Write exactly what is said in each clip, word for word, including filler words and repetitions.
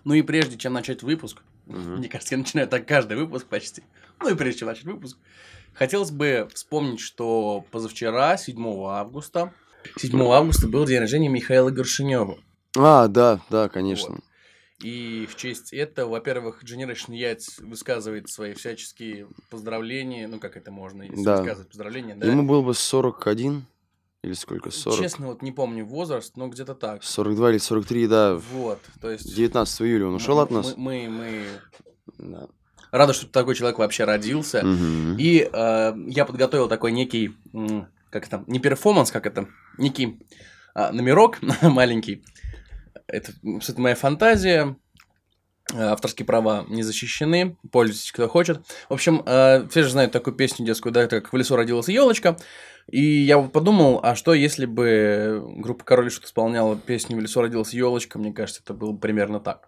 Ну и прежде чем начать выпуск, Угу. мне кажется, я начинаю так каждый выпуск почти. Ну и прежде чем начать выпуск, хотелось бы вспомнить, что позавчера, седьмого августа, седьмого августа был день рождения Михаила Горшенева. А, да, да, конечно. Вот. И в честь этого, во-первых, Generation Yates высказывает свои всяческие поздравления. Ну, как это можно, если Да. высказывать поздравления, да? Ему было бы сорок один или сколько? сорок? Честно, вот не помню возраст, но где-то так. сорок два или сорок три, да. Вот, то есть... девятнадцатого июля он ушел мы, от нас. Мы, мы, мы Да. рады, что такой человек вообще родился. Мгм. И э, я подготовил такой некий, м, как это, не перформанс, как это, некий а, номерок маленький. Это, это моя фантазия. Авторские права не защищены. Пользуйтесь, кто хочет. В общем, э, все же знают такую песню детскую, да, как «В лесу родилась елочка». И я вот подумал, а что если бы группа Король и Шут исполняла песню «В лесу родилась елочка», мне кажется, это было бы примерно так.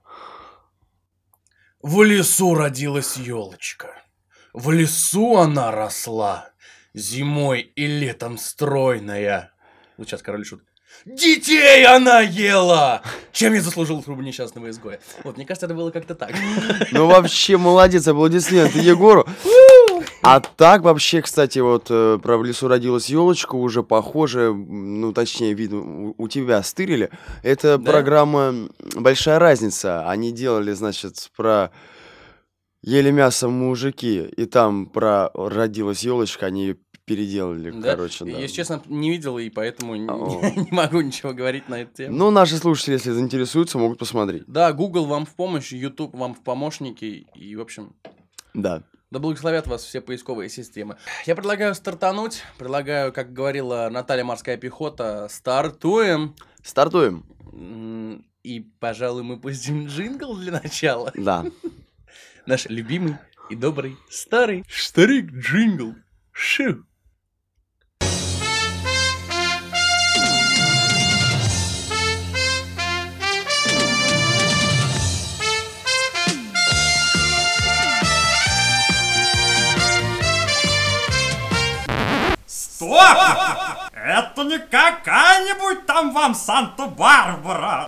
В лесу родилась елочка. В лесу она росла. Зимой и летом стройная. Вот сейчас Король и Шут. Детей она ела! Чем я заслужил труп несчастного изгоя? Вот, мне кажется, это было как-то так. Ну, вообще, молодец, аплодисменты Егору. А так, вообще, кстати, вот э, про «В лесу родилась елочка» уже похоже, м, ну, точнее, видно, у, у тебя стырили. Это Да? программа «Большая разница». Они делали, значит, про «Ели мясо мужики», и там про «Родилась елочка» они переделали, Да? короче, да. Я, если честно, не видел, и поэтому не, О. не могу ничего говорить на эту тему. Ну, наши слушатели, если заинтересуются, могут посмотреть. Да, Google вам в помощь, YouTube вам в помощники, и, в общем... Да. Да благословят вас все поисковые системы. Я предлагаю стартануть. Предлагаю, как говорила Наталья Морская пехота, стартуем. Стартуем. М, И, пожалуй, мы пустим джингл для начала. Да. Наш любимый и добрый старый старик джингл. Шу. Стоп! Это не какая-нибудь там вам Санта-Барбара.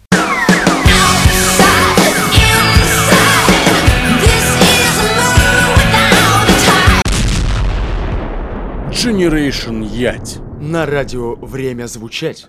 Generation Ять. На радио «Время звучать».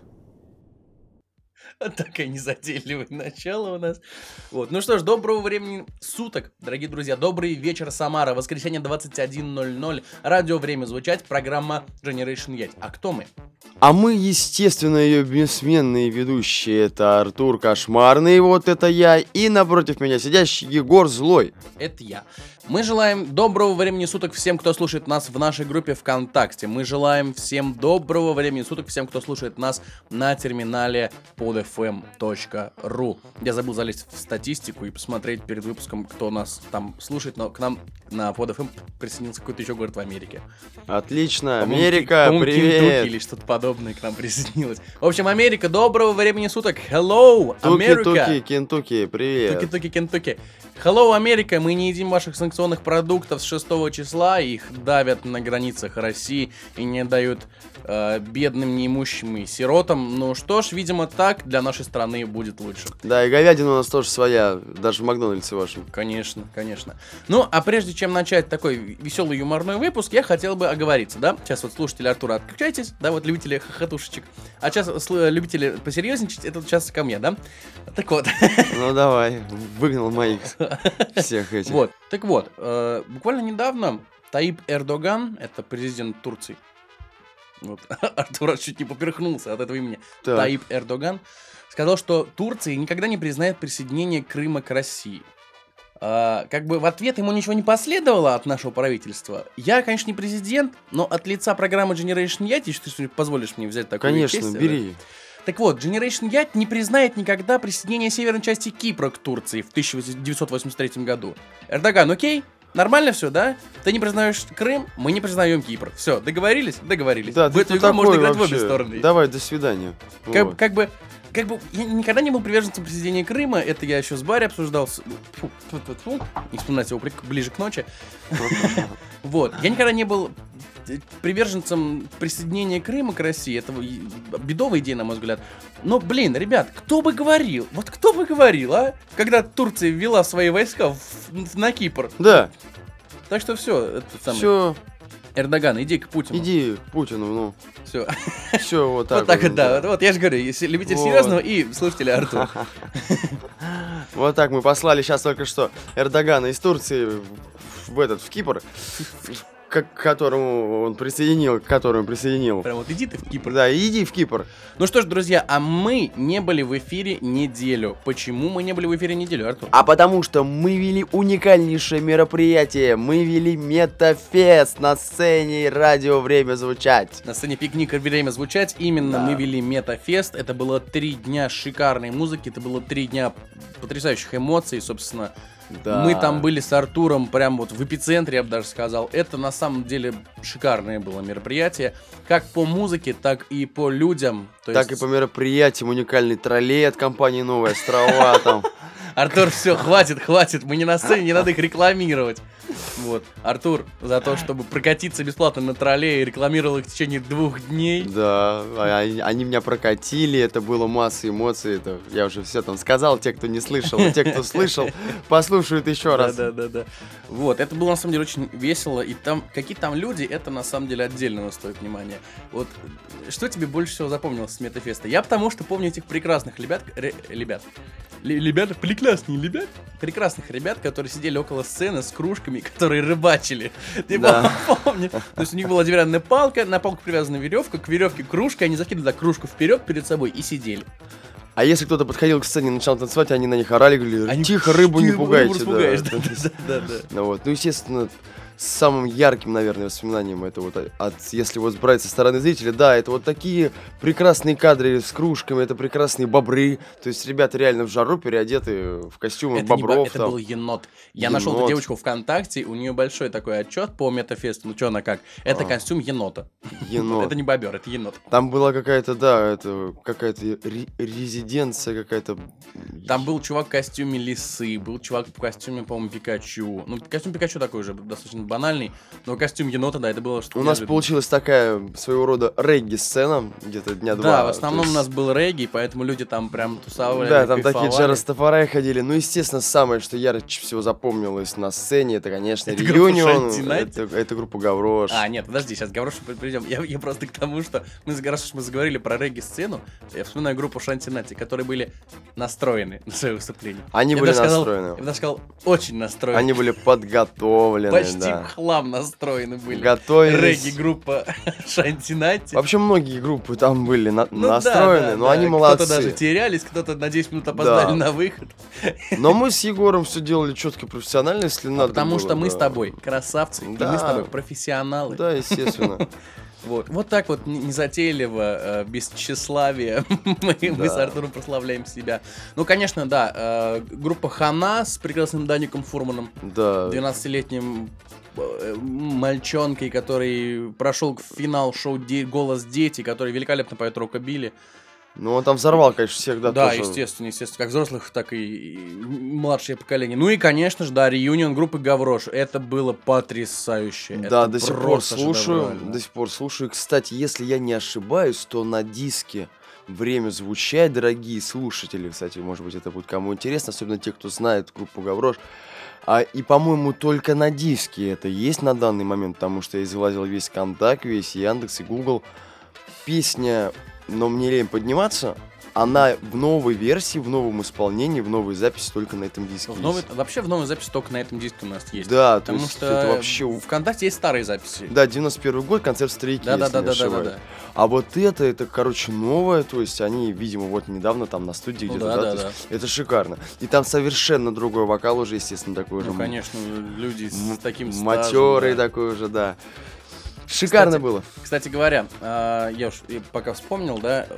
Такое незатейливое начало у нас. Вот. Ну что ж, доброго времени суток, дорогие друзья. Добрый вечер, Самара. Воскресенье двадцать один ноль ноль. Радио «Время звучать». Программа Generation Ять. А кто мы? А мы, естественно, ее бессменные ведущие. Это Артур Кошмарный, вот это я. И напротив меня сидящий Егор Злой. Это я. Мы желаем доброго времени суток всем, кто слушает нас в нашей группе ВКонтакте. Мы желаем всем доброго времени суток всем, кто слушает нас на терминале под эф эм точка ру. Я забыл залезть в статистику и посмотреть перед выпуском, кто нас там слушает, но к нам на под эф эм присоединился какой-то еще город в Америке. Отлично, По-моему, Америка, Ки- по-моему, Кентукки привет. или что-то подобное к нам присоединилось. В общем, Америка, доброго времени суток. Hello, Америка. Туки-туки, Кентукки, привет. Туки-туки, Кентукки. Hello, Америка, мы не едим ваших санкционных продуктов с шестого числа, их давят на границах России и не дают э, бедным, неимущим и сиротам. Ну что ж, видимо, так для нашей страны будет лучше. Да, и говядина у нас тоже своя, даже в Макдональдсе вашем. Конечно, конечно. Ну, а прежде чем начать такой веселый юморной выпуск, я хотел бы оговориться, да? Сейчас вот слушатели Артура, отключайтесь, да, вот любители хохотушечек. А сейчас сл- любители посерьезничать, это сейчас ко мне, да? Так вот. Ну давай, выгнал моих всех этих. Вот, так вот, э, буквально недавно Таип Эрдоган, это президент Турции, вот, Артур чуть не поперхнулся от этого имени, Так. Таип Эрдоган, сказал, что Турция никогда не признает присоединение Крыма к России. А, как бы в ответ ему ничего не последовало от нашего правительства. Я, конечно, не президент, но от лица программы Generation Ять, если ты позволишь мне взять такую Конечно, честь, бери. так вот, Generation Ять не признает никогда присоединение северной части Кипра к Турции в тысяча девятьсот восемьдесят третьем году. Эрдоган, окей? Нормально все, да? Ты не признаешь Крым, мы не признаем Кипр. Все, договорились? Договорились. Да, в ты эту кто игру можно такой играть в обе вообще? стороны. Давай, до свидания. Как, Вот. как бы, как бы, я никогда не был приверженцем присоединения Крыма. Это я еще с Барри обсуждал. С... Фу, фу, фу, фу. Не вспоминать его ближе к ночи. Вот. Я никогда не был приверженцем присоединения Крыма к России. Это бедовая идея, на мой взгляд. Но, блин, ребят, кто бы говорил, вот кто бы говорил, а? Когда Турция ввела свои войска в, на Кипр. Да. Так что все, это самое. Все. Эрдоган, иди к Путину. Иди к Путину, ну. Все. Все, вот так вот. так вот, да. Вот я же говорю, любитель вот. серьезного и слушатель Артур. Вот так мы послали сейчас только что Эрдогана из Турции в этот, в Кипр, к которому он присоединил, к которому присоединил. Прям вот иди ты в Кипр. Да, иди в Кипр. Ну что ж, друзья, а мы не были в эфире неделю. Почему мы не были в эфире неделю, Артур? А потому что мы вели уникальнейшее мероприятие. Мы вели Метафест на сцене радио «Время звучать». На сцене «Пикник» «Время звучать». Именно да. мы вели Метафест. Это было три дня шикарной музыки. Это было три дня потрясающих эмоций, собственно. Да. Мы там были с Артуром прям вот в эпицентре, я бы даже сказал. Это на самом деле шикарное было мероприятие. Как по музыке, так и по людям. То так есть... и по мероприятиям. Уникальный троллей от компании «Новые острова» там. Артур, все, хватит, хватит. Мы не на сцене, не надо их рекламировать. Вот. Артур за то, чтобы прокатиться бесплатно на троллее, рекламировал их в течение двух дней. Да, они, они меня прокатили, это было масса эмоций. Это я уже все там сказал, те, кто не слышал, те, кто слышал, послушают еще раз. Да, да, да. Вот, это было на самом деле очень весело. И там, какие там люди, это на самом деле отдельного стоит внимания. Вот, что тебе больше всего запомнилось с Метафеста? Я потому что помню этих прекрасных ребят, ре, ребят, ребята, прекрасные ребят, прекрасных ребят, которые сидели около сцены с кружками, которые рыбачили. Ты да. помнишь? То есть у них была деревянная палка, на палку привязана веревка, к веревке кружка, они закидывали кружку вперед перед собой и сидели. А если кто-то подходил к сцене и начал танцевать, они на них орали, говорили, они тихо, рыбу не пугайте. Рыбу да. Да, да, да, да. Ну, вот. Ну, естественно, самым ярким, наверное, воспоминанием это вот от, если вот брать со стороны зрителя, да, это вот такие прекрасные кадры с кружками, это прекрасные бобры, то есть ребята реально в жару переодеты в костюмы это бобров. Не, это там. был енот. Я енот. нашел эту девочку ВКонтакте, у нее большой такой отчет по Метафесту, ну что она как, это а. костюм енота. Енот. Это не бобер, это енот. Там была какая-то, да, это какая-то ре- резиденция какая-то. Там был чувак в костюме лисы, был чувак в костюме, по-моему, Пикачу. Ну, костюм Пикачу такой же, достаточно банальный, но костюм енота, да, это было что-то. У нас получилась такая своего рода регги-сцена, где-то дня да, два. Да, в основном есть... у нас был регги, поэтому люди там прям тусовали. Да, там кайфовали. Такие джарастафари ходили. Ну, естественно, самое, что ярче всего запомнилось на сцене, это, конечно, Реюнион. Это, это группа Гаврош. А, нет, подожди, сейчас к Гаврошу придем. Я, я просто к тому, что мы, раз уж мы заговорили про регги-сцену, я вспоминаю группу Шантинати, которые были настроены на свое выступление. Они я были сказал, настроены. Я бы даже сказал, очень настроены. Они были подготовлены, Почти да. в хлам настроены были. Готовились. Регги-группа Шантинати. Вообще многие группы там были на- ну, настроены, да, но да, они да. молодцы. Кто-то даже терялись, кто-то на десять минут опоздали да. на выход. Но мы с Егором все делали четко профессионально, если а надо Потому было, что да. мы с тобой красавцы, да. и мы с тобой профессионалы. Да, естественно. Вот, вот так вот незатейливо, без тщеславия мы, да. мы с Артуром прославляем себя. Ну, конечно, да, группа Хана с прекрасным Даником Фурманом, да. двенадцатилетним мальчонкой, который прошел финал шоу «Голос дети», который великолепно поет рокобили. Ну, он там взорвал, конечно, всех, да, Да, тоже. естественно, естественно, как взрослых, так и, и младшее поколение. Ну и, конечно же, да, реюнион группы Гаврош. Это было потрясающе. Да, Это до сих пор слушаю, до сих пор слушаю. Кстати, если я не ошибаюсь, то на диске «Время звучать», дорогие слушатели, кстати, может быть, это будет кому интересно, особенно те, кто знает группу Гаврош. А, и, по-моему, только на диске это есть на данный момент, потому что я излазил весь Контакт, весь Яндекс и Google. Песня «Но мне лень подниматься», она в новой версии, в новом исполнении, в новой записи только на этом диске в новой, вообще в новой записи только на этом диске у нас есть. Да, потому то есть что это вообще... ВКонтакте есть старые записи. Да, девяносто первый год, концерт «Стрейки», да, если да, не да, ошибаюсь. Да, да, да. А вот это, это, короче, новое, то есть они, видимо, вот недавно там на студии ну, где-то, да, да, да, то да. есть это шикарно. И там совершенно другой вокал уже, естественно, такой ну, же... конечно, люди с м- таким стажем. Матерый да. такой уже, да. Шикарно кстати, было. Кстати говоря, я уж пока вспомнил, да,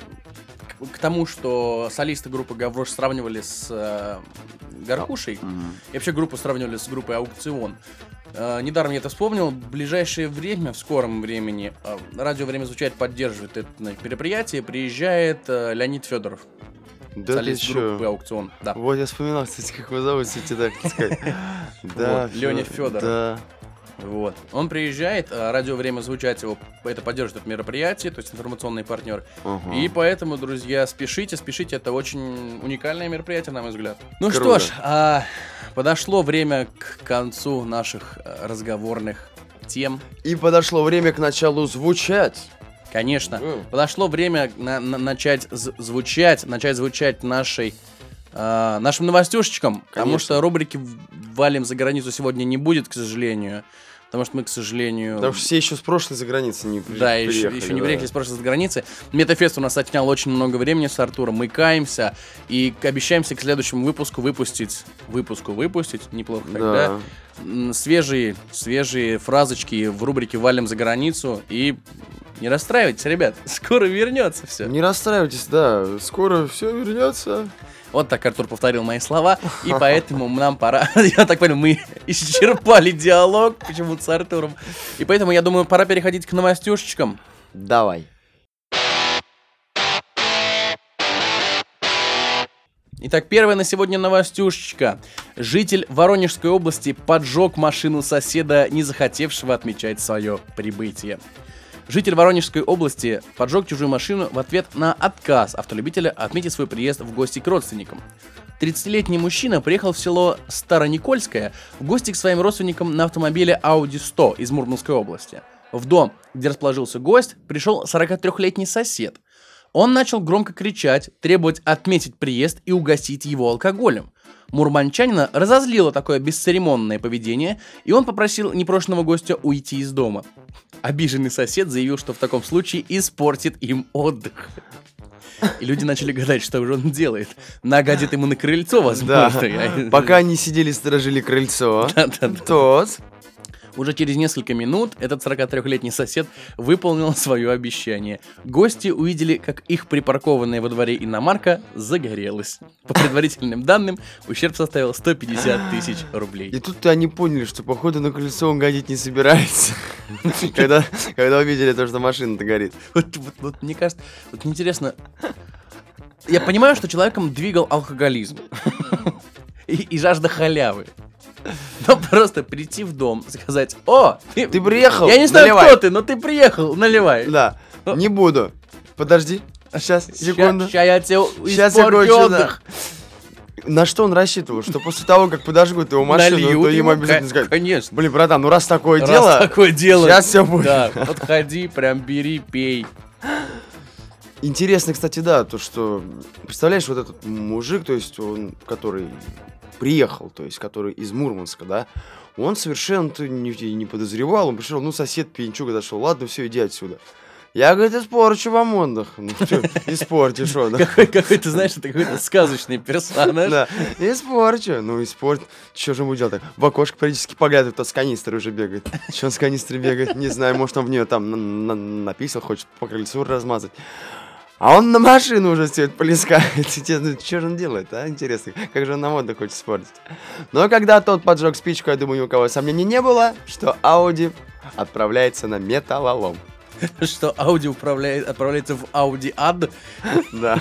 к тому, что солисты группы Гаврош сравнивали с э, Гаркушей, mm-hmm. и вообще группу сравнивали с группой Аукцион. Э, недаром я это вспомнил. В ближайшее время, в скором времени, э, радио «Время звучать» поддерживает это мероприятие. Приезжает э, Леонид Федоров. Да солист группы Аукцион. Да. Вот я вспоминал, кстати, как вы зовете, так сказать. Да, Леня Федоров. Да. Вот. Он приезжает, а радио «Время звучать» его, это поддерживает мероприятие, то есть информационный партнер. Ага. И поэтому, друзья, спешите, спешите, это очень уникальное мероприятие, на мой взгляд. Ну Круто. что ж, а, подошло время к концу наших а, разговорных тем. И подошло время к началу звучать. Конечно, Mm. подошло время на- на- начать з- звучать, начать звучать нашей, а, нашим новостюшечкам, потому Конечно. что рубрики в- «Валим за границу» сегодня не будет, к сожалению. Потому что мы, к сожалению... Потому что все еще с прошлой за границей не при- Да, еще, приехали. еще не да. приехали с прошлой границы. Метафест у нас отнял очень много времени с Артуром. Мы каемся и обещаемся к следующему выпуску выпустить... Выпуску выпустить, неплохо так, да? Да. М, Свежие, свежие фразочки в рубрике «Валим за границу». И не расстраивайтесь, ребят, скоро вернется все. Не расстраивайтесь, да, скоро все вернется. Вот так Артур повторил мои слова, и поэтому нам пора... Я так понял, мы исчерпали диалог почему-то с Артуром. И поэтому, я думаю, пора переходить к новостюшечкам. Давай. Итак, первая на сегодня новостюшечка. Житель Воронежской области поджег машину соседа, не захотевшего отмечать свое прибытие. Житель Воронежской области поджег чужую машину в ответ на отказ автолюбителя отметить свой приезд в гости к родственникам. тридцатилетний мужчина приехал в село Староникольское в гости к своим родственникам на автомобиле Audi сто из Мурманской области. В дом, где расположился гость, пришел сорокатрёхлетний сосед. Он начал громко кричать, требовать отметить приезд и угостить его алкоголем. Мурманчанина разозлило такое бесцеремонное поведение, и он попросил непрошенного гостя уйти из дома. Обиженный сосед заявил, что в таком случае испортит им отдых. И люди начали гадать, что же он делает. Нагадит ему на крыльцо, Да. возможно. Пока они сидели, сторожили крыльцо, Да-да-да. тот... Уже через несколько минут этот сорокатрёхлетний сосед выполнил свое обещание. Гости увидели, как их припаркованная во дворе иномарка загорелась. По предварительным данным, ущерб составил сто пятьдесят тысяч рублей. И тут они поняли, что походу на колесо он гадить не собирается. Когда, когда увидели то, что машина-то горит. Вот, вот- вот мне кажется, вот интересно. Я понимаю, что человеком двигал алкоголизм и, и жажда халявы. Но просто прийти в дом, сказать: о, ты, Ты приехал? я не знаю, Наливай. кто ты, но ты приехал, наливай. Да, Ну. не буду. Подожди, сейчас, секунду. Сейчас я тебе Щас я испорчу кончу, отдых. На что он рассчитывал? Что после того, как подожгут его машину, Нальют то ему ему, обязательно ко- скажут: Конечно. блин, братан, ну раз такое Раз дело, такое дело. сейчас все будет. Да, подходи, прям бери, пей. Интересно, кстати, да, то, что, представляешь, вот этот мужик, то есть он, который приехал, то есть, который из Мурманска, да, он совершенно не, не подозревал, он пришел, ну, сосед пьянчуга дошел, ладно, все, иди отсюда. Я, говорит, испорчу вам отдых. Ну, что, испортишь он. Какой, какой ты знаешь, это какой-то сказочный персонаж. Да, испорчу. Ну, испорт. Что же ему делать так? В окошко периодически поглядывает, тот с канистрой уже бегает. Че он с канистрой бегает? Не знаю, может, он в нее там на- на- написал, хочет по крыльцу размазать. А он на машину уже все это плескает. Что же он делает, а? Интересно, как же он нам отдых хочет испортить. Но когда тот поджег спичку, я думаю, ни у кого сомнений не было, что Audi отправляется на металлолом. Что Audi управляет, отправляется в Audi ад. Да.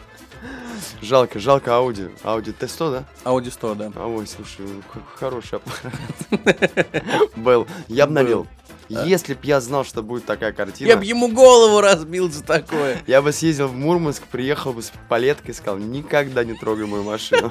Жалко, жалко Audi. Audi ти сто, да? Audi сто, да. А ой, слушай, ну, к- хороший аппарат. Был. Я бы налил. Если б я знал, что будет такая картина, Я бы ему голову разбил за такое. я бы съездил в Мурманск, приехал бы с палеткой и сказал: никогда не трогай мою машину.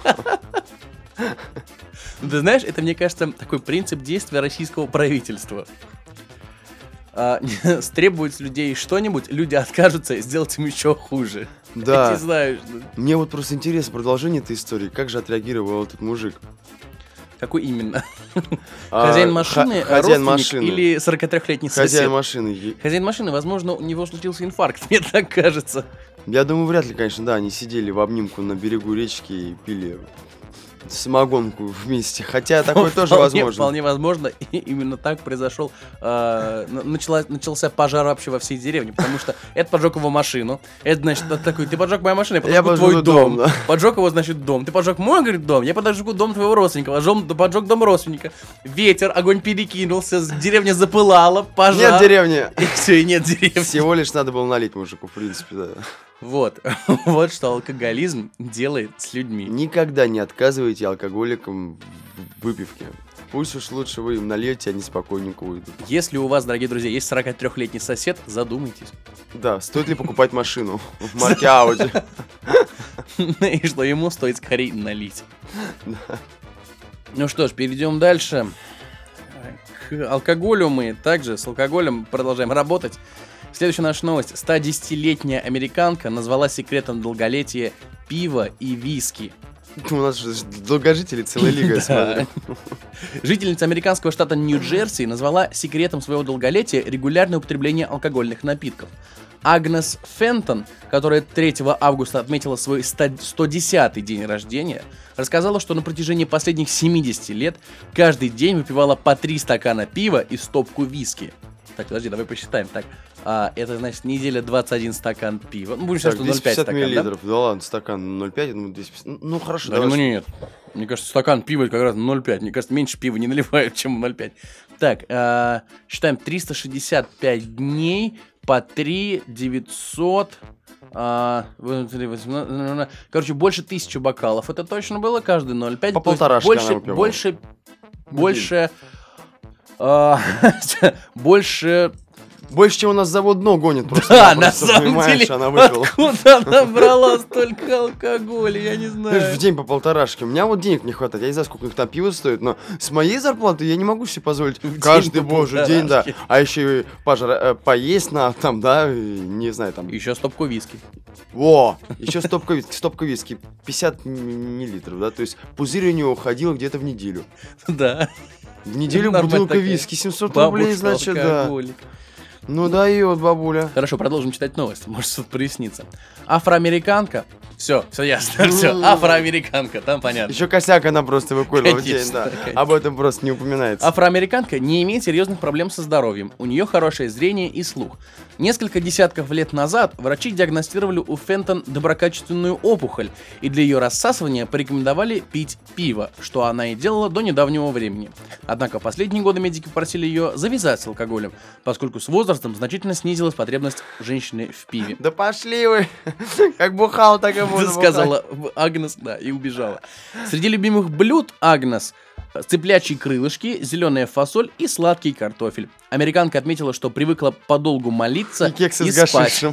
Ну, ты знаешь, это, мне кажется, такой принцип действия российского правительства. А, стребуют с людей что-нибудь, люди откажутся и сделать им еще хуже. Да. Ты знаешь, ну, Мне вот просто интересно продолжение этой истории. Как же отреагировал этот мужик? какой именно? А, Хозяин ха- машины, хозяин родственник машины. или сорокатрёхлетний сосед? Хозяин машины. Е- Хозяин машины, возможно, у него случился инфаркт, мне так кажется. Я думаю, вряд ли, конечно, да, они сидели в обнимку на берегу речки и пили самогонку вместе. Хотя такое тоже Вполне- возможно. Вполне возможно, и именно так произошел, э, н- начала- начался пожар вообще во всей деревне, потому что это поджег его машину, это, значит, это такой: ты поджег мою машину, я Я поджгу поджгу твой дом, дом, да. поджег его, значит, дом, ты поджег мой, говорит, дом, я поджгу дом твоего родственника, поджег, поджег дом родственника, ветер, огонь перекинулся, с- деревня запылала, пожар. Нет деревни. И все, и нет деревни. Всего лишь надо было налить мужику, в принципе, да. Вот. Вот что алкоголизм делает с людьми. Никогда не отказывайте алкоголикам в выпивке. Пусть уж лучше вы им нальете, они спокойненько уйдут. Если у вас, дорогие друзья, есть сорокатрёхлетний сосед, задумайтесь. Да, стоит ли покупать машину в марке Audi? И что ему стоит скорее налить. Ну что ж, перейдем дальше. К алкоголю мы также с алкоголем продолжаем работать. Следующая наша новость. сто десятилетняя американка назвала секретом долголетия пиво и виски. У нас же долгожители целая лига, я смотрю. Жительница американского штата Нью-Джерси назвала секретом своего долголетия регулярное употребление алкогольных напитков. Агнес Фентон, которая третьего августа отметила свой сто десятый день рождения, рассказала, что на протяжении последних семидесяти лет каждый день выпивала по три стакана пива и стопку виски. Так, подожди, давай посчитаем. Так, а, это значит неделя двадцать один стакан пива. Ну, будем считать, что ноль целых пять стакан, миллилитров. Да? Да ладно, стакан ноль целых пять, ну, двести пятьдесят. Ну, хорошо, да. давай. Ну, нет. Мне кажется, стакан пива это как раз ноль целых пять. Мне кажется, меньше пива не наливают, чем ноль целых пять. Так, а, считаем триста шестьдесят пять дней по три девятьсот. А, короче, больше тысячи бокалов. Это точно было, каждый ноль целых пять. По полторашке больше, она выпивала. Больше, больше, а, больше... Больше, чем у нас завод дно гонит просто. Да, она на просто, самом деле, она выпила. откуда она брала столько алкоголя, я не знаю. Знаешь, в день по полторашке. У меня вот денег не хватает. Я не знаю, сколько их там пиво стоит, но с моей зарплаты я не могу себе позволить В каждый день по божий день, да. полторашке. А еще и пожра- э, поесть на там, да, и не знаю, там. Еще стопку виски. Во! Еще стопка виски, стопка виски. пятьдесят миллилитров, да. То есть пузырь у него уходил где-то в неделю. Да. В неделю Нормально бутылка такая. виски, семьсот рублей, значит, да. алкоголик. Ну дает, бабуля. Хорошо, продолжим читать новости, может что-то прояснится. Афроамериканка. Все, все ясно, все. Афроамериканка, там понятно. Еще косяк она просто выкурила в день, Конечно, да. конечно. Об этом просто не упоминается. Афроамериканка не имеет серьезных проблем со здоровьем. У нее хорошее зрение и слух. Несколько десятков лет назад врачи диагностировали у Фентон доброкачественную опухоль и для ее рассасывания порекомендовали пить пиво, что она и делала до недавнего времени. Однако в последние годы медики попросили ее завязать с алкоголем, поскольку с возрастом значительно снизилась потребность женщины в пиве. Да пошли вы! Как бухал, так и буду Сказала Агнес, да, и убежала. Среди любимых блюд Агнес цыплячьи крылышки, зеленая фасоль и сладкий картофель. Американка отметила, что привыкла подолгу молиться И кексы и с спать. гашишем.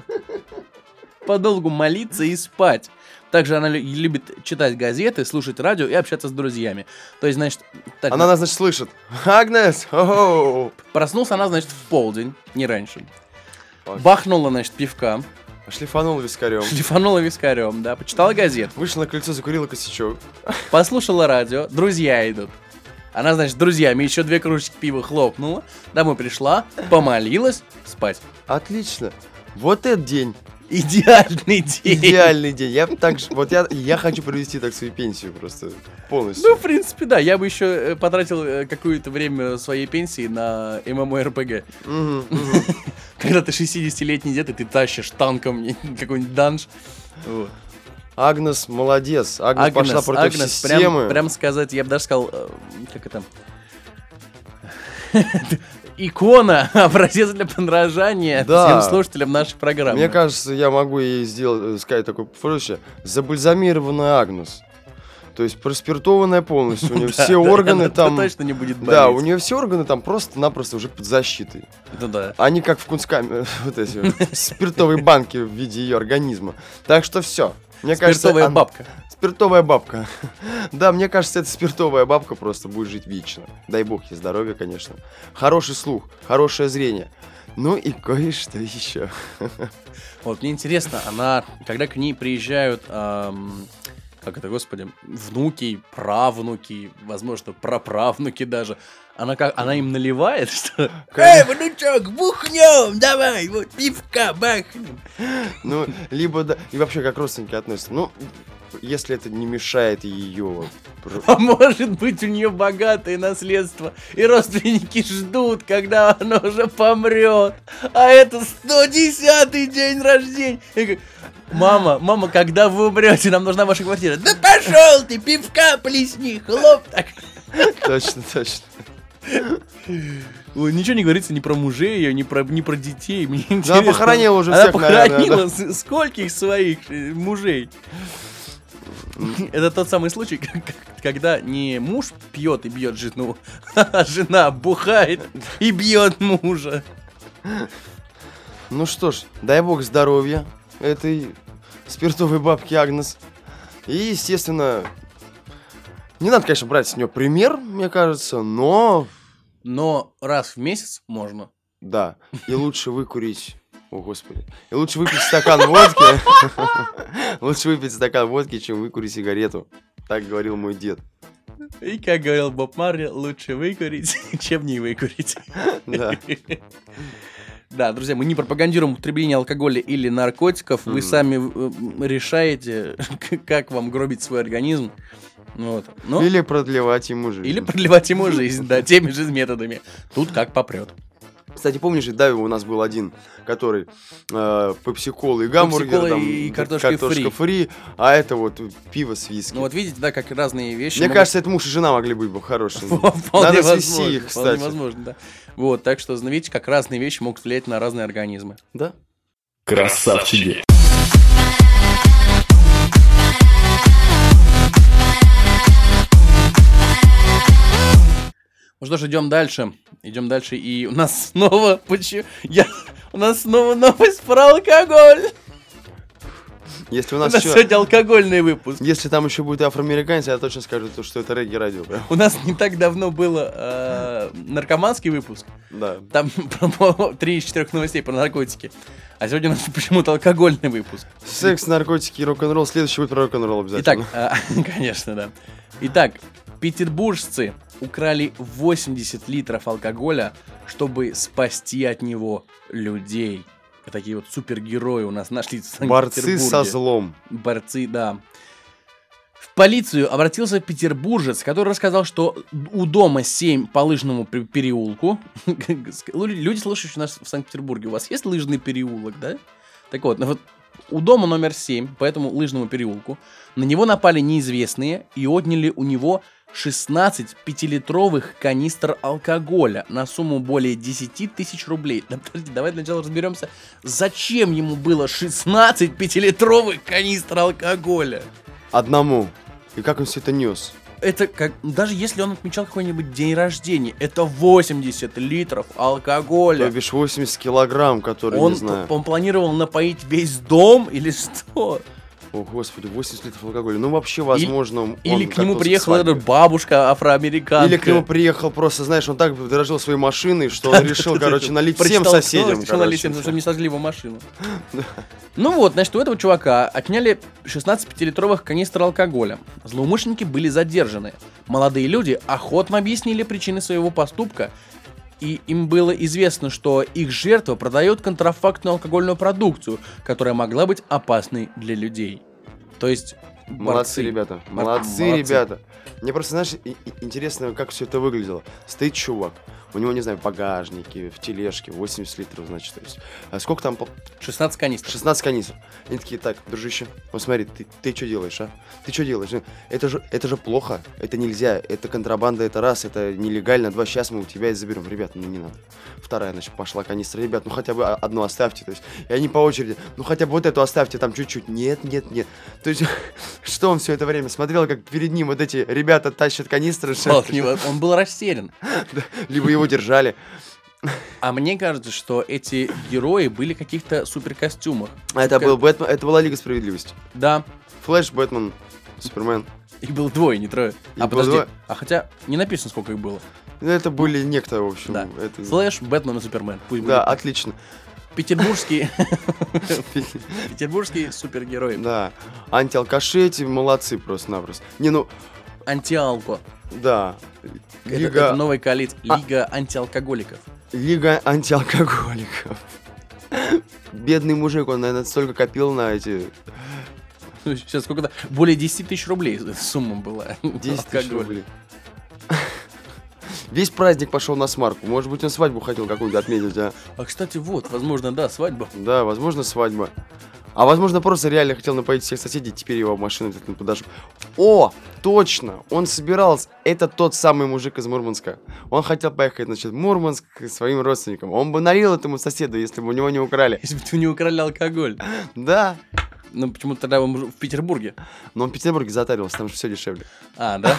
Подолгу молиться и спать. Также она лю- любит читать газеты, слушать радио и общаться с друзьями. То есть, значит, так, Она нас, значит, слышит. Агнес! О-о-о. проснулся она, значит, в полдень, не раньше. Ой. Бахнула, значит, пивка, Шлифанул вискарем. шлифанула вискарем, да, почитала газету. Вышла на крыльцо, закурила косячок. Послушала радио, друзья идут. Она, значит, с друзьями еще две кружечки пива хлопнула, домой пришла, помолилась, спать. Отлично. Вот этот день. Идеальный день. Идеальный день. Я б так же, вот я, я хочу провести так свою пенсию просто полностью. Ну, в принципе, да, я бы еще э, потратил э, какое-то время своей пенсии на ММО-РПГ. Мгм, мгм. Когда ты шестидесятилетний дед, и ты тащишь танком какой-нибудь данж. Вот. Агнес молодец. Агнес, пошла против Агнес, системы. Прям, прям сказать, я бы даже сказал, э, как это... Икона, образец для подражания Да. всем слушателям нашей программы. Мне кажется, я могу ей сделать, э, сказать такое проще. Забальзамированная Агнес. То есть проспиртованная полностью. У нее Да, все да, органы она там... точно не будет Да, у болеть. нее все органы там просто-напросто уже под защитой. Да, да. Они как в кунсткаме, вот эти вот спиртовые банки в виде ее организма. Так что все. Мне кажется, Спиртовая он- бабка. Спиртовая бабка. Да, мне кажется, эта спиртовая бабка просто будет жить вечно. Дай бог ей здоровья, конечно. Хороший слух, хорошее зрение. Ну и кое-что еще. Вот, мне интересно, она, когда к ней приезжают, ам, как это, господи, внуки, правнуки, возможно, праправнуки даже, она как, она им наливает, что... Эй, внучок, бухнем, давай, вот пивка бахнем. Ну, либо да. И вообще, как родственники относятся. Ну, если это не мешает ее... А может быть, у нее богатое наследство, и родственники ждут, когда она уже помрет. А это сто десятый день рождения. Я говорю, мама, мама, когда вы умрете, нам нужна ваша квартира. Да пошел ты, пивка плесни, хлоп так. Точно, точно. Ой, ничего не говорится ни про мужей, ни про, ни про детей. Мне интересно. Она похоронила уже Она всех, похоронила наверное, с- скольких своих э, мужей. Это тот самый случай, к- к- когда не муж пьет и бьет жену, а жена бухает и бьет мужа. Ну что ж, дай бог здоровья этой спиртовой бабки Агнес. И, естественно, не надо, конечно, брать с нее пример, мне кажется, но Но раз в месяц можно. да, и лучше выкурить. О, господи. И лучше выпить стакан водки. Лучше выпить стакан водки, чем выкурить сигарету. Так говорил мой дед. И как говорил Боб Марли, лучше выкурить, чем не выкурить. Да. Да, друзья, мы не пропагандируем употребление алкоголя или наркотиков. Вы Мгм. сами э, решаете, как вам гробить свой организм. Вот. Ну, Или продлевать ему жизнь. или продлевать ему жизнь, да, теми же методами. Тут как попрет. Кстати, помнишь, да, у нас был один, который э, пепси-колы и гамбургер, Пепси-кола там, и д- картошкой картошка фри. фри, а это вот пиво с виски. Ну вот видите, да, как разные вещи. Мне могут- кажется, это муж и жена могли быть бы хорошие. Вполне Надо возможно, свести их, вполне кстати. возможно, да. Вот, так что, видите, как разные вещи могут влиять на разные организмы. Да? Красавчики. Ну что ж, идем дальше. Идем дальше. И у нас снова... Почему? Я... У нас снова новость про алкоголь. Если у У нас нас еще... сегодня алкогольный выпуск. Если там еще будет афроамериканец, я точно скажу, то, что это регги-радио. Прям. У нас не так давно было э, наркоманский выпуск. Да. Там три из четырех новостей про наркотики. А сегодня у нас почему-то алкогольный выпуск. Секс, наркотики и рок-н-ролл. Следующий будет про рок-н-ролл обязательно. Итак, э, конечно, да. Итак, петербуржцы украли восемьдесят литров алкоголя, чтобы спасти от него людей. Такие вот супергерои у нас нашлись в Борцы Санкт-Петербурге. со злом. Борцы, да. В полицию обратился петербуржец, который рассказал, что у дома семь по лыжному пе- переулку. Люди, слушающие нас в Санкт-Петербурге, у вас есть лыжный переулок, да? Так вот, ну вот у дома номер семь по этому лыжному переулку на него напали неизвестные и отняли у него шестнадцать пятилитровых канистр алкоголя на сумму более десять тысяч рублей. Да, подожди, давай сначала разберемся, зачем ему было шестнадцать пятилитровых канистр алкоголя. Одному. И как он все это нес? Это как, даже если он отмечал какой-нибудь день рождения, это восемьдесят литров То алкоголя. бишь восемьдесят килограмм, которые, Он, не знаю. он планировал напоить весь дом или что? О, господи, восемьдесят литров алкоголя. Ну, вообще, возможно, он Или к нему готовился приехала свадьбе. эта бабушка афроамериканка. Или к нему приехал просто, знаешь, он так дорожил своей машиной, что он решил, короче, налить всем Прочитал соседям. новость, решил налить всем, короче. чтобы не сожгли его машину. Ну вот, значит, у этого чувака отняли шестнадцать пятилитровых канистр алкоголя. Злоумышленники были задержаны. Молодые люди охотно объяснили причины своего поступка, и им было известно, что их жертва продает контрафактную алкогольную продукцию, которая могла быть опасной для людей. То есть... Молодцы, борцы. ребята. Мор- Молодцы, молодцы. ребята. Мне просто, знаешь, и- и- интересно, как все это выглядело. Стоит чувак, у него, не знаю, в багажнике, в тележке, восемьдесят литров, значит, то есть. А сколько там? по- шестнадцать канистр. шестнадцать канистр. Они такие, так, дружище, вот смотри, ты, ты что делаешь, а? Ты что делаешь? Это же, это же плохо, это нельзя, это контрабанда, это раз, это нелегально, два, сейчас мы у тебя и заберем. Ребят, ну не надо. Вторая, значит, пошла канистра. Ребят, ну хотя бы о- одну оставьте, то есть. И они по очереди, ну хотя бы вот эту оставьте, там чуть-чуть. Нет, нет, нет. То есть, что он все это время смотрел, как перед ним вот эти ребята тащат канистры, Он не- Он был растерян. либо его держали. А мне кажется, что эти герои были в каких-то суперкостюмах. А это был Бэтмен, это была Лига Справедливости. Да, Флэш, Бэтмен, Супермен. их было двое, не трое. Их А было подожди, двое? а хотя не написано, сколько их было. Ну, это были некто, в общем. Да. Это... Флэш, Бэтмен и Супермен. Пусть Да, будет. отлично. Петербургские... Петербургские супергерои. Да. Антиалкаши эти молодцы просто-напросто. Не, ну, Антиалко. да. Это, Лига, это новый коалиция. А- Лига антиалкоголиков. Лига антиалкоголиков. Бедный мужик, он, наверное, столько копил на эти Ну, сейчас сколько-то... Более десять тысяч рублей сумма была. десять тысяч Алкоголь. рублей. Весь праздник пошел на смарку. Может быть, он свадьбу хотел какую-то отметить, а? А, кстати, вот, возможно, да, свадьба. Да, возможно, свадьба. А возможно, просто реально хотел напоить всех соседей, теперь его машину подожгу. О, точно, он собирался, это тот самый мужик из Мурманска. Он хотел поехать, значит, в Мурманск к своим родственникам. Он бы налил этому соседу, если бы у него не украли. Если бы ты не украли алкоголь. Да. Ну, почему-то тогда он в Петербурге. Но он в Петербурге затарился, там же все дешевле. А, да?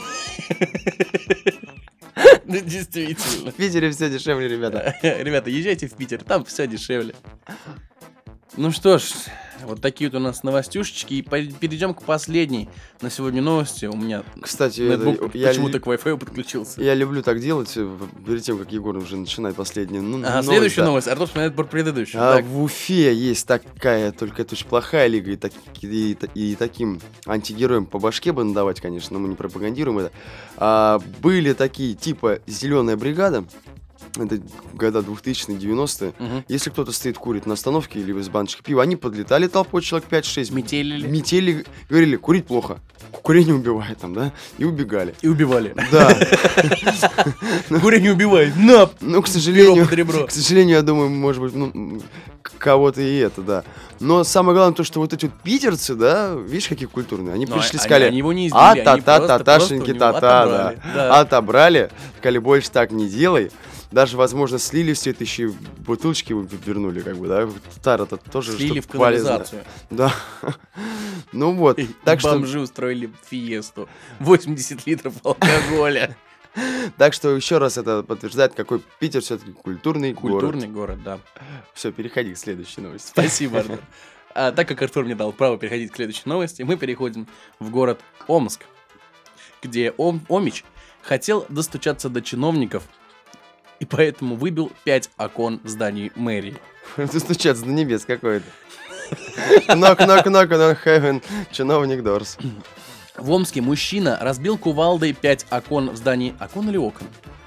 Ну, действительно. В Питере все дешевле, ребята. Ребята, езжайте в Питер, там все дешевле. Ну что ж, вот такие вот у нас новостюшечки. И перейдем к последней на сегодня новости. У меня Кстати, ноутбук это, я, почему-то к Wi-Fi подключился. Я люблю так делать, перед тем, как Егор уже начинает последнюю ну, ага, новость. Следующая да. новость. Артур вспоминает про предыдущую. А Так. в Уфе есть такая, только это очень плохая лига, и, так, и, и таким антигероям по башке бы надавать, конечно, но мы не пропагандируем это. А, были такие, типа, «Зеленая бригада». Это года двухтысячные, девяностые. Угу. Если кто-то стоит, курит на остановке или из баночки пива, они подлетали толпой, человек пять-шесть. Метелили. Метели, говорили, курить плохо. Курение убивает там, да? И убегали. И убивали. Да. Курение убивает. На! Ну, к сожалению, ребро. к сожалению, я думаю, может быть, ну, кого-то и это, да. Но самое главное то, что вот эти вот питерцы, да, видишь, какие культурные, они Но пришли, они- сказали, они его не избили, а они та та просто- та ташеньки просто у него та та отобрали, да, да. отобрали, сказали, больше так не делай. Даже, возможно, слили все это, еще и бутылочки вернули, как бы, да. Тара-то тоже Слили штука в полезная. канализацию. Да. Ну вот, И так что... бомжи устроили фиесту. восемьдесят литров алкоголя. Так что еще раз это подтверждает, какой Питер все-таки культурный, Культурный город, да. Все, переходи к следующей новости. Спасибо, Артур. А так как Артур мне дал право переходить к следующей новости, мы переходим в город Омск, где Ом- Омич хотел достучаться до чиновников, и поэтому выбил пять окон в здании мэрии. Достучаться до небес какой-то. Knock, knock, knock on heaven, чиновник Дорс. В Омске мужчина разбил кувалдой пять окон в здании... Окон или окон?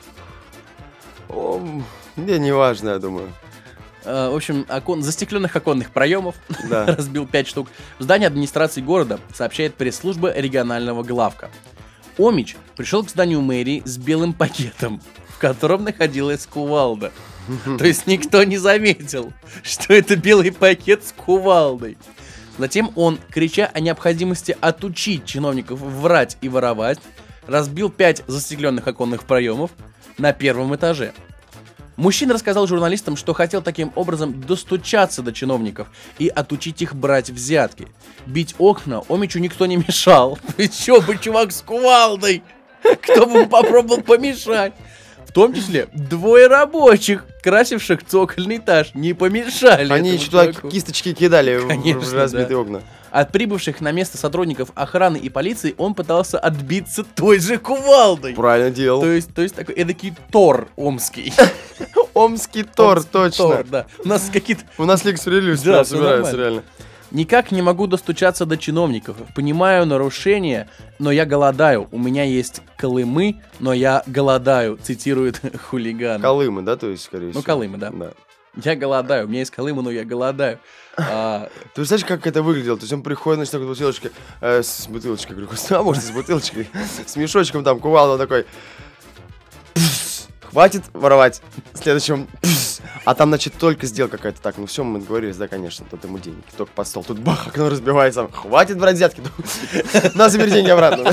О, мне не важно, я думаю. Э, в общем, окон, застекленных оконных проемов Да. разбил пять штук. В здании администрации города, сообщает пресс-служба регионального главка. Омич пришел к зданию мэрии с белым пакетом, в котором находилась кувалда. То есть никто не заметил, что это белый пакет с кувалдой. Затем он, крича о необходимости отучить чиновников врать и воровать, разбил пять застекленных оконных проемов на первом этаже. Мужчина рассказал журналистам, что хотел таким образом достучаться до чиновников и отучить их брать взятки. Бить окна Омичу никто не мешал. Ты чё бы, чувак, с кувалдой? Кто бы попробовал помешать? В том числе двое рабочих, красивших цокольный этаж, не помешали. Они этому еще туда чуваку. кисточки кидали в- Конечно, в разбитые да. окна. От прибывших на место сотрудников охраны и полиции он пытался отбиться той же кувалдой. Правильно делал. То есть, то есть такой эдакий Тор омский. Омский Тор, Омский точно. Тор, да. У нас какие-то... У нас Лига Справедливости Да, прям всё собирается, нормально. реально. Никак не могу достучаться до чиновников. Понимаю нарушения, но я голодаю. У меня есть колымы, но я голодаю, цитирует хулиган. Колымы, да, то есть, скорее всего. Ну, колымы, да. Да. Я голодаю, у меня есть колымы, но я голодаю. А, Ты представляешь, как это выглядело? То есть он приходит, значит, такой бутылочкой, э, с бутылочкой, говорю, а может, с бутылочкой, с мешочком там, кувалда такой. «Пф, хватит воровать. Следующим. «Пф». А там, значит, только сделка какая-то. Так, ну все, мы договорились, да, конечно, тут ему деньги. Только под стол. Тут бах, окно разбивается. Хватит брать взятки. На, забери деньги обратно.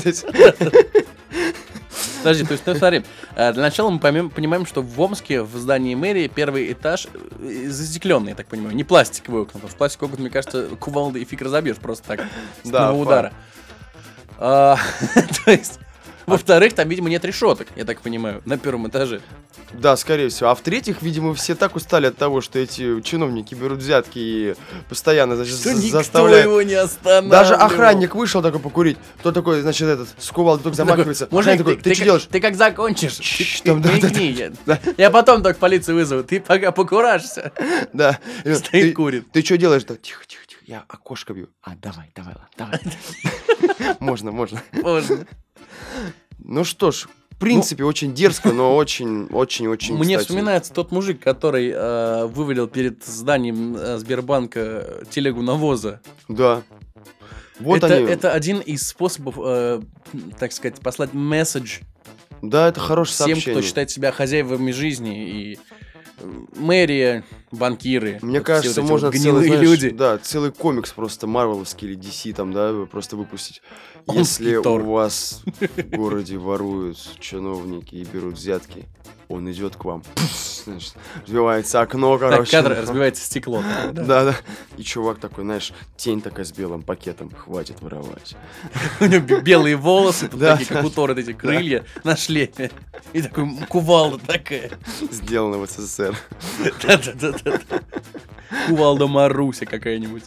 Подожди, то есть, ну смотри, э, для начала мы поймем- понимаем, что в Омске в здании мэрии первый этаж э, застекленный, я так понимаю, не пластиковые окна. Потому что пластиковые окна, мне кажется, кувалдой и фиг разобьешь просто так, с Да, одного факт. удара. А, То есть, во-вторых, там, видимо, нет решеток, я так понимаю, на первом этаже. Да, скорее всего. А в-третьих, видимо, все так устали от того, что эти чиновники берут взятки и постоянно, значит, Что за- никто заставляют. его не останавливал. Даже охранник вышел такой покурить. Кто такой, значит, этот, с кувалдой только замахивается. Мужик, Охранник такой, ты, ты что как- делаешь? Ты как закончишь? Ты- Чш, ты там, да, да, маякни, я- Я потом только полицию вызову, ты пока покуражься. Да. И он, Стоит, ты, курит. Ты что делаешь? Да, тихо, тихо, тихо, я окошко бью. А, давай, давай, ладно, давай. Можно, можно. Можно. Ну что ж, в принципе, очень дерзко, но очень, очень, очень, Мне кстати. вспоминается тот мужик, который э, вывалил перед зданием э, Сбербанка телегу навоза. Да. Вот это, они. это один из способов, э, так сказать, послать месседж Да, это хорошее всем, сообщение. кто считает себя хозяевами жизни и мэрия, банкиры. Мне вот кажется, все вот эти можно вот целый, гнилые знаешь, люди. да, целый комикс просто марвеловский или ди си там, да, просто выпустить. Он Если Тор. у вас в городе воруют чиновники и берут взятки, он идет к вам. Знаешь, разбивается окно, Так, короче. кадр, разбивается стекло. Да. Да, да. И чувак такой, знаешь, тень такая с белым пакетом, хватит воровать. У него бе- белые волосы, тут Да, такие, как у Тора, вот эти крылья на шлеме. И такой кувалда такая. Сделано в СССР. Да-да-да. Кувалда Маруся какая-нибудь.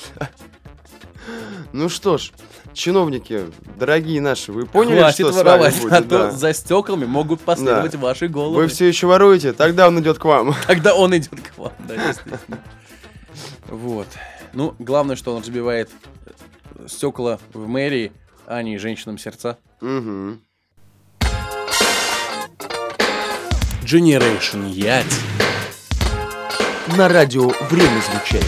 Ну что ж, чиновники, дорогие наши, вы поняли, Хватит что с воровать, вами а будет? то Да. за стеклами могут последовать ваши головы. Вы все еще воруете? Тогда он идет к вам. Когда он идет к вам, да, действительно. Вот. Ну, главное, что он разбивает стекла в мэрии, а не женщинам сердца. Угу. Generation Ять. На радио время звучать.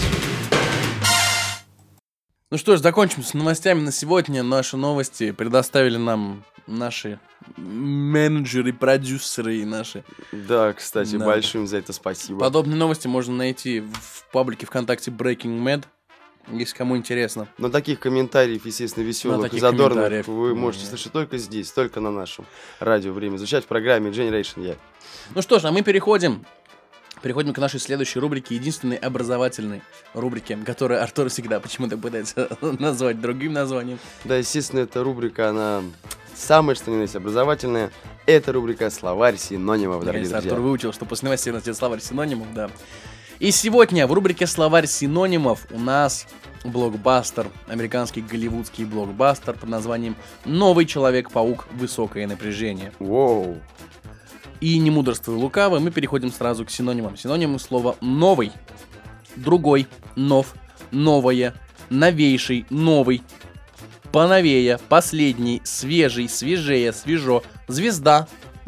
Ну что ж, закончим с новостями на сегодня. Наши новости предоставили нам наши менеджеры, продюсеры и наши. Да, кстати, Да. большим за это спасибо. Подобные новости можно найти в паблике ВКонтакте Breaking Mad, если кому интересно. Но таких комментариев, естественно, веселых и таких задорных комментариев. вы можете Мгм. слышать только здесь, только на нашем радио время звучать в программе Generation Я. Ну что ж, а мы переходим. Переходим к нашей следующей рубрике, единственной образовательной рубрике, которую Артур всегда почему-то пытается назвать другим названием. Да, естественно, эта рубрика, она самая, что ни на есть, образовательная. Это рубрика «Словарь синонимов», дорогие Наконец-то друзья. Артур выучил, что после новостей у нас идет словарь синонимов, да. И сегодня в рубрике «Словарь синонимов» у нас блокбастер, американский голливудский блокбастер под названием «Новый Человек-паук. Высокое напряжение». Воу. И не мудрствуя лукаво, мы переходим сразу к синонимам. Синонимы слова «новый», «другой», «нов», «новое», «новейший», «новый», «поновее», «последний», «свежий», «свежее», «свежо», «звезда».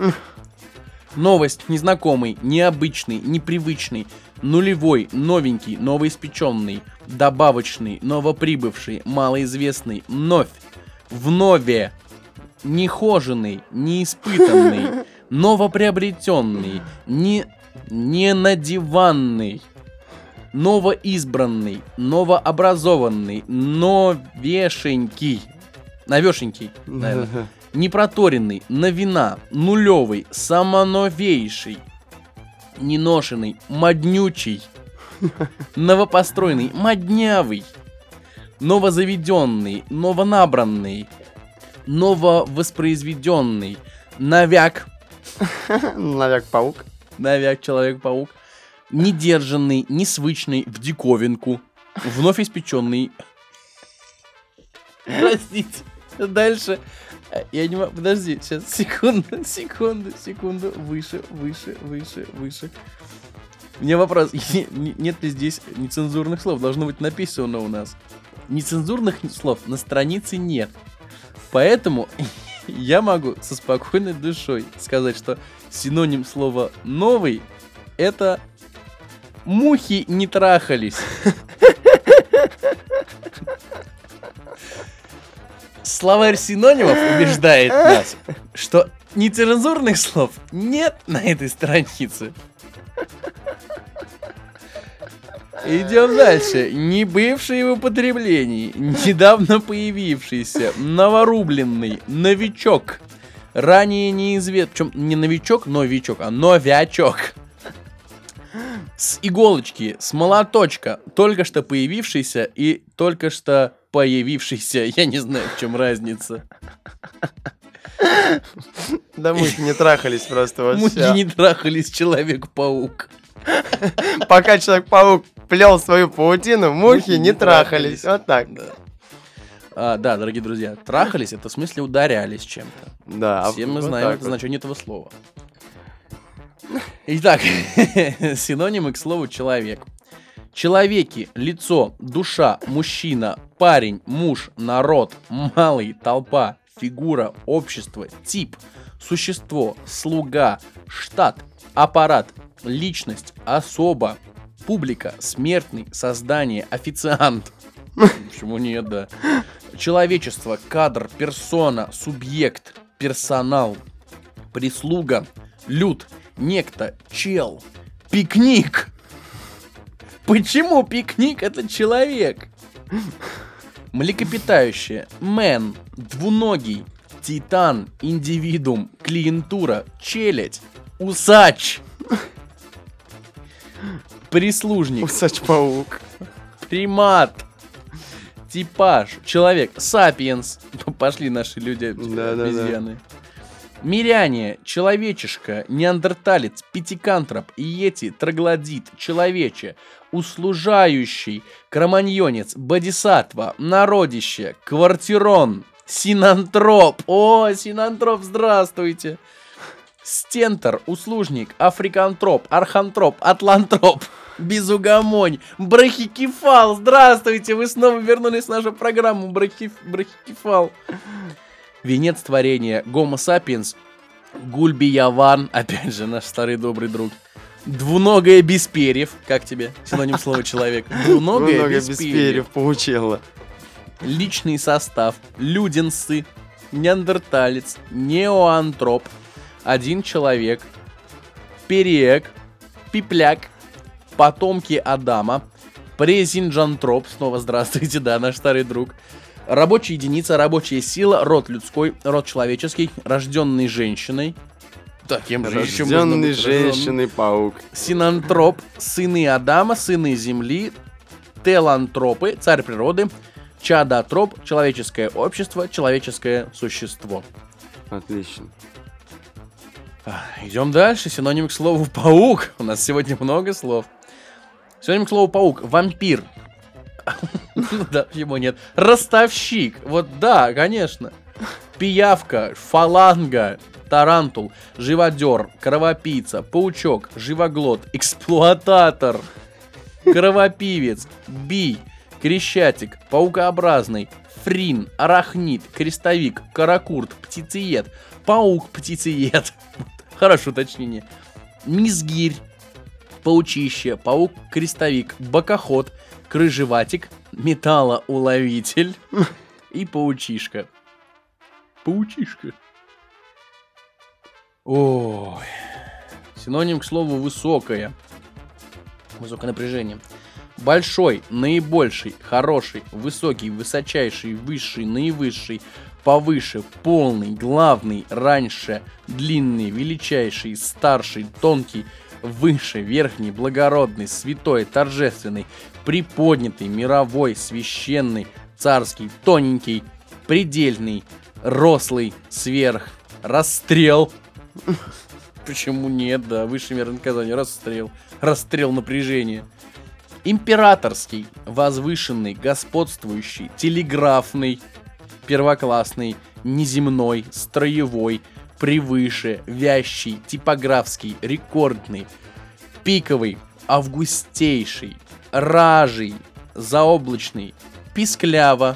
Новость, незнакомый, необычный, непривычный, нулевой, новенький, новоиспеченный, добавочный, новоприбывший, малоизвестный, вновь, вновь, нехоженный, неиспытанный, новоприобретенный, не, ненадеванный, новоизбранный, новообразованный, новешенький, новешенький, наверное, непроторенный, новина, нулевый, самоновейший, неношенный, моднючий, новопостроенный, моднявый, новозаведенный, новонабранный, нововоспроизведенный, навяк, Навяк-паук. навяк, Человек-паук, недержанный, несвычный, в диковинку, вновь испеченный. Простите, дальше. Я не могу, подожди, сейчас, секунду, секунду, секунду, выше, выше, выше, выше. У меня вопрос, нет ли здесь нецензурных слов? Должно быть написано у нас. Нецензурных слов на странице нет. Поэтому я могу со спокойной душой сказать, что синоним слова «новый» — это «мухи не трахались». Словарь синонимов убеждает нас, что нецензурных слов нет на этой странице. Идем дальше. Не бывший в употреблении, недавно появившийся, новорубленный, новичок, ранее неизвестный, причем не новичок, новичок, а новячок. С иголочки, с молоточка, только что появившийся и только что появившийся. Я не знаю, в чем разница. Да мухи не трахались просто вот Мухи всё. не трахались, Человек-паук. Пока Человек-паук плел свою паутину, мухи не трахались. Вот так. Да. А, да, дорогие друзья, трахались — это в смысле ударялись чем-то. Да. Все мы вот знаем так это вот. значение этого слова. Итак, синонимы к слову «человек». Человеки, лицо, душа, мужчина, парень, муж, народ, малый, толпа, фигура, общество, тип, существо, слуга, штат, аппарат, личность, особа, публика, смертный, создание, официант. Почему нет, да? Человечество, кадр, персона, субъект, персонал, прислуга, люд, некто, чел, Пикник. Почему пикник это человек? Млекопитающее. Мэн. Двуногий. Титан. Индивидуум. Клиентура. Челядь. Усач. Прислужник. Усач-паук. Примат. Типаж. Человек. Сапиенс. Пошли наши люди, Да-да-да. обезьяны. Миряне. Человечишка. Неандерталец. Пятикантроп. Иети. Троглодит. Человече. Услужающий. Кроманьонец. Бодисаттва. Народище. Квартирон. Синантроп. О, синантроп, здравствуйте. Стентор. Услужник. Африкантроп. Архантроп. Атлантроп. Безугомонь. Брахикефал. Здравствуйте, вы снова вернулись в нашу программу. Брахи... Брахикефал. Венец творения. Гомо сапиенс. Гульбияван. Опять же, наш старый добрый друг. Двуногое без перьев. Как тебе? Синоним слова человек. Двуногое, Двуногое без, без перьев. перьев, поучила. Личный состав. Люденцы. Неандерталец. Неоантроп. Один человек. Периек. Пипляк. Потомки Адама. Презинджантроп. Снова здравствуйте, да, наш старый друг. Рабочая единица, рабочая сила, род людской, род человеческий, рожденный женщиной. Так, кем же еще можно Рожденный быть рожденным? женщиной-паук. Синантроп, сыны Адама, сыны земли, телантропы, царь природы, чадотроп, человеческое общество, человеческое существо. Отлично. Идем дальше. Синоним к слову паук. У нас сегодня много слов. Синоним к слову паук. Вампир. Да, почему нет? Ростовщик. Вот да, конечно. Пиявка, фаланга, тарантул, живодер, кровопийца, паучок, живоглот, эксплуататор, кровопивец, бий, крещатик, паукообразный, фрин, арахнит, крестовик, каракурт, птицеед, паук-птицеед. Хорошее уточнение. Мизгирь, паучище, паук-крестовик, бокоход, крыжеватик, металлоуловитель и паучишка. Паучишка. Ой. Синоним к слову высокое. Высокое напряжение. Большой, наибольший, хороший, высокий, высочайший, высший, наивысший, повыше, полный, главный, раньше, длинный, величайший, старший, тонкий, выше, верхний, благородный, святой, торжественный, приподнятый, мировой, священный, царский, тоненький, предельный, рослый, сверх, расстрел. Почему нет, да, высшая мера наказания, расстрел, расстрел напряжения. Императорский, возвышенный, господствующий, телеграфный, первоклассный, неземной, строевой, превыше, вящий, типографский, рекордный, пиковый, августейший, ражий, заоблачный, пискляво,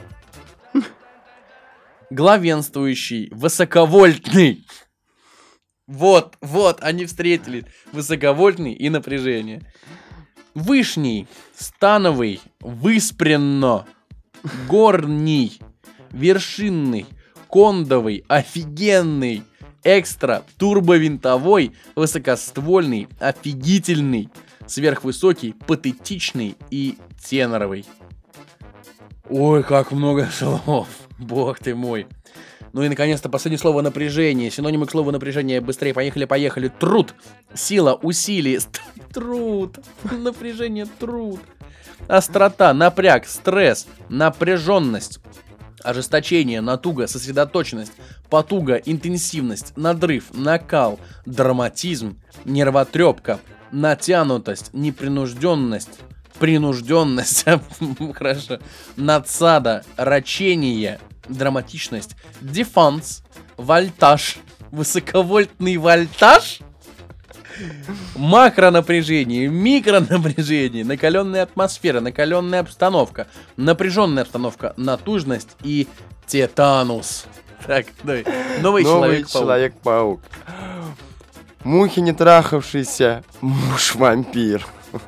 главенствующий, высоковольтный. Вот, вот, они встретились. Высоковольтный и напряжение. Вышний, становый, выспренно, горний, вершинный, кондовый, офигенный, экстра, турбовинтовой, высокоствольный, офигительный, сверхвысокий, патетичный и теноровый. Ой, как много слов, бог ты мой. Ну и, наконец-то, последнее слово — напряжение. Синонимы к слову напряжение. Быстрее, поехали, поехали. Труд, сила, усилие, ст... труд, напряжение, труд. Острота, напряг, стресс, напряженность, ожесточение, натуга, сосредоточенность, потуга, интенсивность, надрыв, накал, драматизм, нервотрепка, натянутость, непринужденность, принужденность, хорошо, надсада, рачение, драматичность, дефанс, вольтаж, высоковольтный вольтаж, макронапряжение, микронапряжение, накаленная атмосфера, накаленная обстановка, напряженная обстановка, натужность и тетанус. Так, давай. Новый, Новый человек-паук. человек-паук. Мухи не трахавшийся, муж-вампир.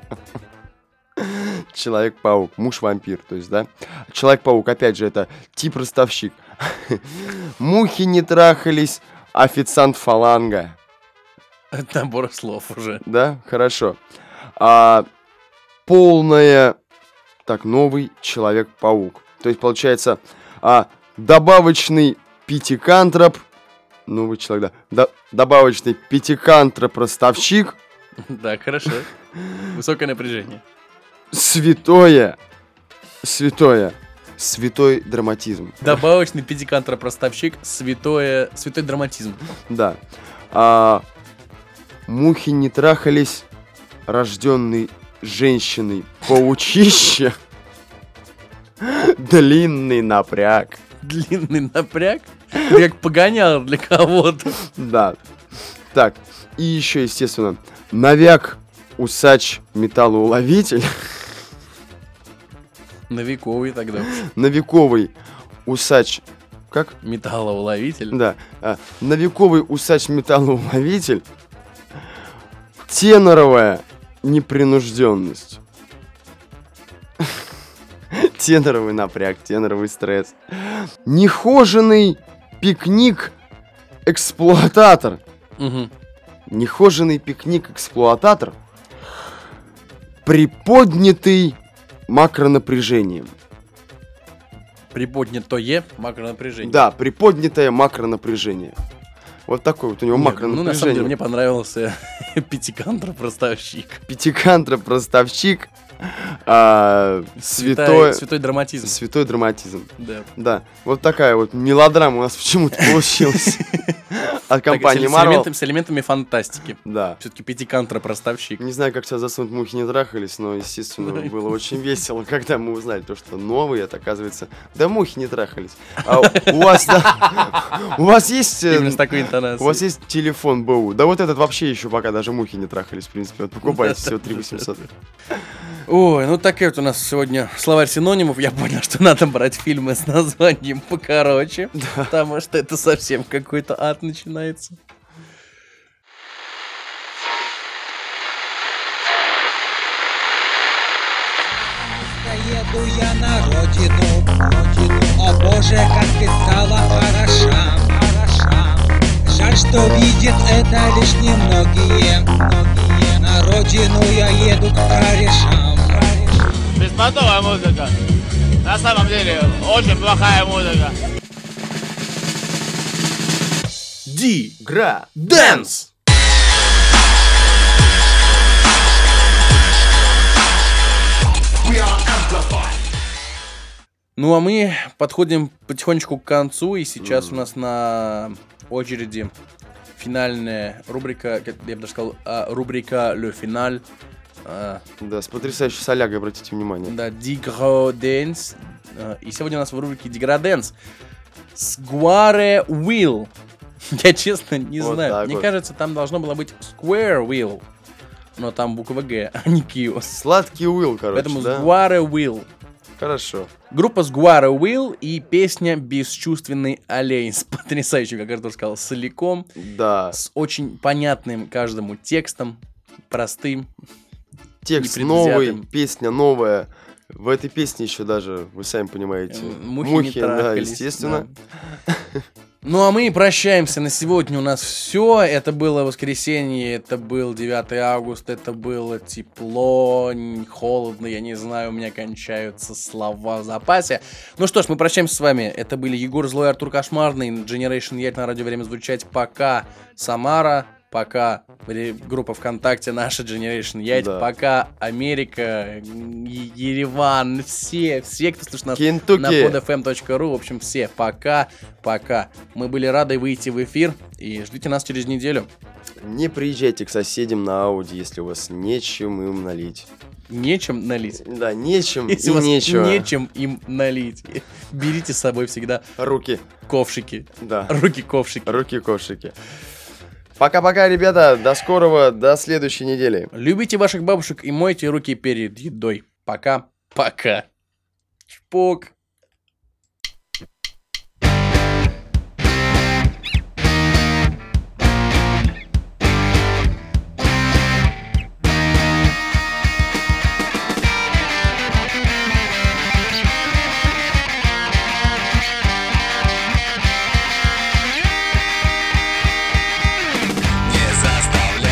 Человек-паук, муж-вампир, то есть, да? Человек-паук, опять же, это тип-ростовщик. Мухи не трахались, официант-фаланга. Это набор слов уже. Да, хорошо. А, полное... Так, новый Человек-паук. То есть, получается, а, добавочный пятикантроп... Новый человек, да. До- добавочный пятикантроп-ростовщик. Да, хорошо. Высокое напряжение. Святое. Святое. Святой драматизм. Добавочный пятикантроп-ростовщик, святое, святой драматизм. Да. А, мухи не трахались, рожденный женщиной паучище. Длинный напряг. Длинный напряг. Как погонял для кого-то. Да. Так, и еще, естественно, навяк, усач, металлоуловитель. Новиковый тогда. Новиковый усач... Как? Металлоуловитель. Да. А, новиковый усач-металлоуловитель. Теноровая непринужденность. Теноровый напряг, теноровый стресс. Нехоженный пикник-эксплуататор. Угу. Нехоженный пикник-эксплуататор, приподнятый макронапряжением. Приподнятое макронапряжение. Да, приподнятое макронапряжение. Вот такой вот у него Нет, макронапряжение. ну, на самом деле, мне понравился пятикантроп-ростовщик. Пятикантроп-ростовщик, а, Святой, святой, святой драматизм. святой драматизм. Да. Да, вот такая вот мелодрама у нас почему-то получилась от Так, компании с, Marvel. элементами, с элементами фантастики. Да. Все-таки пятикантроп-ростовщик. Не знаю, как тебя засунуть, мухи не трахались, но, естественно, было очень весело, когда мы узнали то, что новый, это, оказывается, да мухи не трахались. А у вас, да, у вас есть... э, Именно с такой интонацией. У вас есть телефон БУ? Да вот этот вообще еще пока даже мухи не трахались, в принципе. Вот покупайте всего три восемьсот. Ой, ну такой вот у нас сегодня словарь синонимов. Я понял, что надо брать фильмы с названием покороче, потому что это совсем какой-то ад начинается. Еду я на родину, родину. О боже, как ты стала хороша, хороша. Жаль, что видят это лишь немногие, многие. На родину я еду к корешам. Беспонтовая музыка. На самом деле, очень плохая музыка. Ди. Гра. Дэнс. Ну а мы подходим потихонечку к концу, и сейчас у нас на очереди финальная рубрика, как я бы даже сказал, а, рубрика «Le Final». А, Да, с потрясающей солягой, обратите внимание. Да, Digro Dance. А, И сегодня у нас в рубрике Digro Dance Square Wheel. Я честно не Вот знаю. так Мне вот. кажется, там должно было быть Square Wheel. Но там буква Г, а не Q. Сладкий Уилл, короче, Поэтому да? Square Wheel. Хорошо. Группа Square Wheel и песня «Бесчувственный олень» с потрясающим, как Артур сказал, соляком, Да. с очень понятным каждому текстом, простым. Текст непредвзятым. новый, песня новая. В этой песне еще даже, вы сами понимаете, Э, мухи не да, трахались, естественно. да. Ну а мы прощаемся на сегодня. У нас все. Это было воскресенье, это был девятое августа, это было тепло, н- холодно, я не знаю, у меня кончаются слова в запасе. Ну что ж, мы прощаемся с вами. Это были Егор Злой, Артур Кошмарный, Generation Yacht на радио «Время звучать». Пока, Самара. Пока ре- группа ВКонтакте наша Generation Yacht. Да. Пока Америка, Е- Ереван, все, все, кто слушает нас Кентукки. на под эф эм точка ру. В общем, все, пока, пока. Мы были рады выйти в эфир и ждите нас через неделю. Не приезжайте к соседям на Ауди, если у вас нечем им налить. Нечем налить. Да, нечем Если и у вас нечего. нечем им налить, берите с собой всегда Руки, ковшики. да. Руки-ковшики. Руки-кошики. Пока-пока, ребята. До скорого, до следующей недели. Любите ваших бабушек и мойте руки перед едой. Пока-пока. Чпок. Не заставляй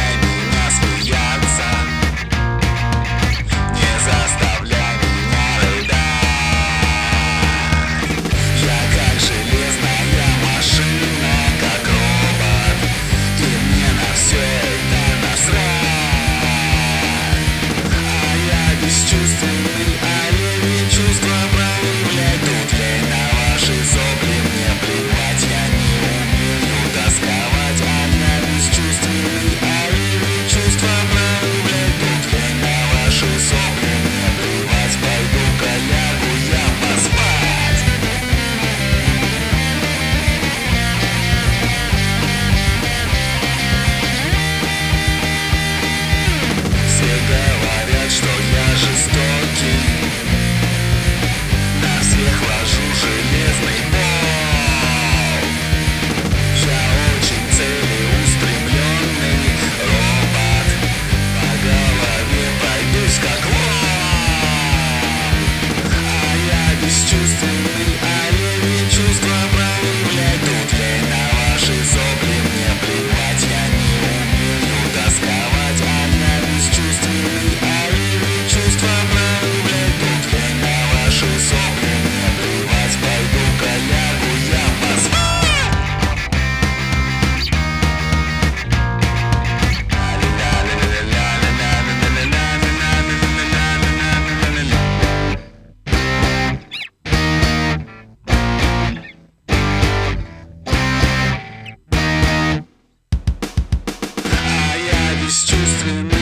жестокий. На всех ложу железный пол. Я очень целеустремленный робот. По голове пройдусь как вол. А я бесчувственный олень, чувства проявлять. Тут лень на ваши сопли, мне плевать, я не умею тосковать. А я бесчувственный олень, чувства проявлять. Тут лень на ваши сопли, мне плевать, пойду-ка лягу я поспать. А я бесчувственный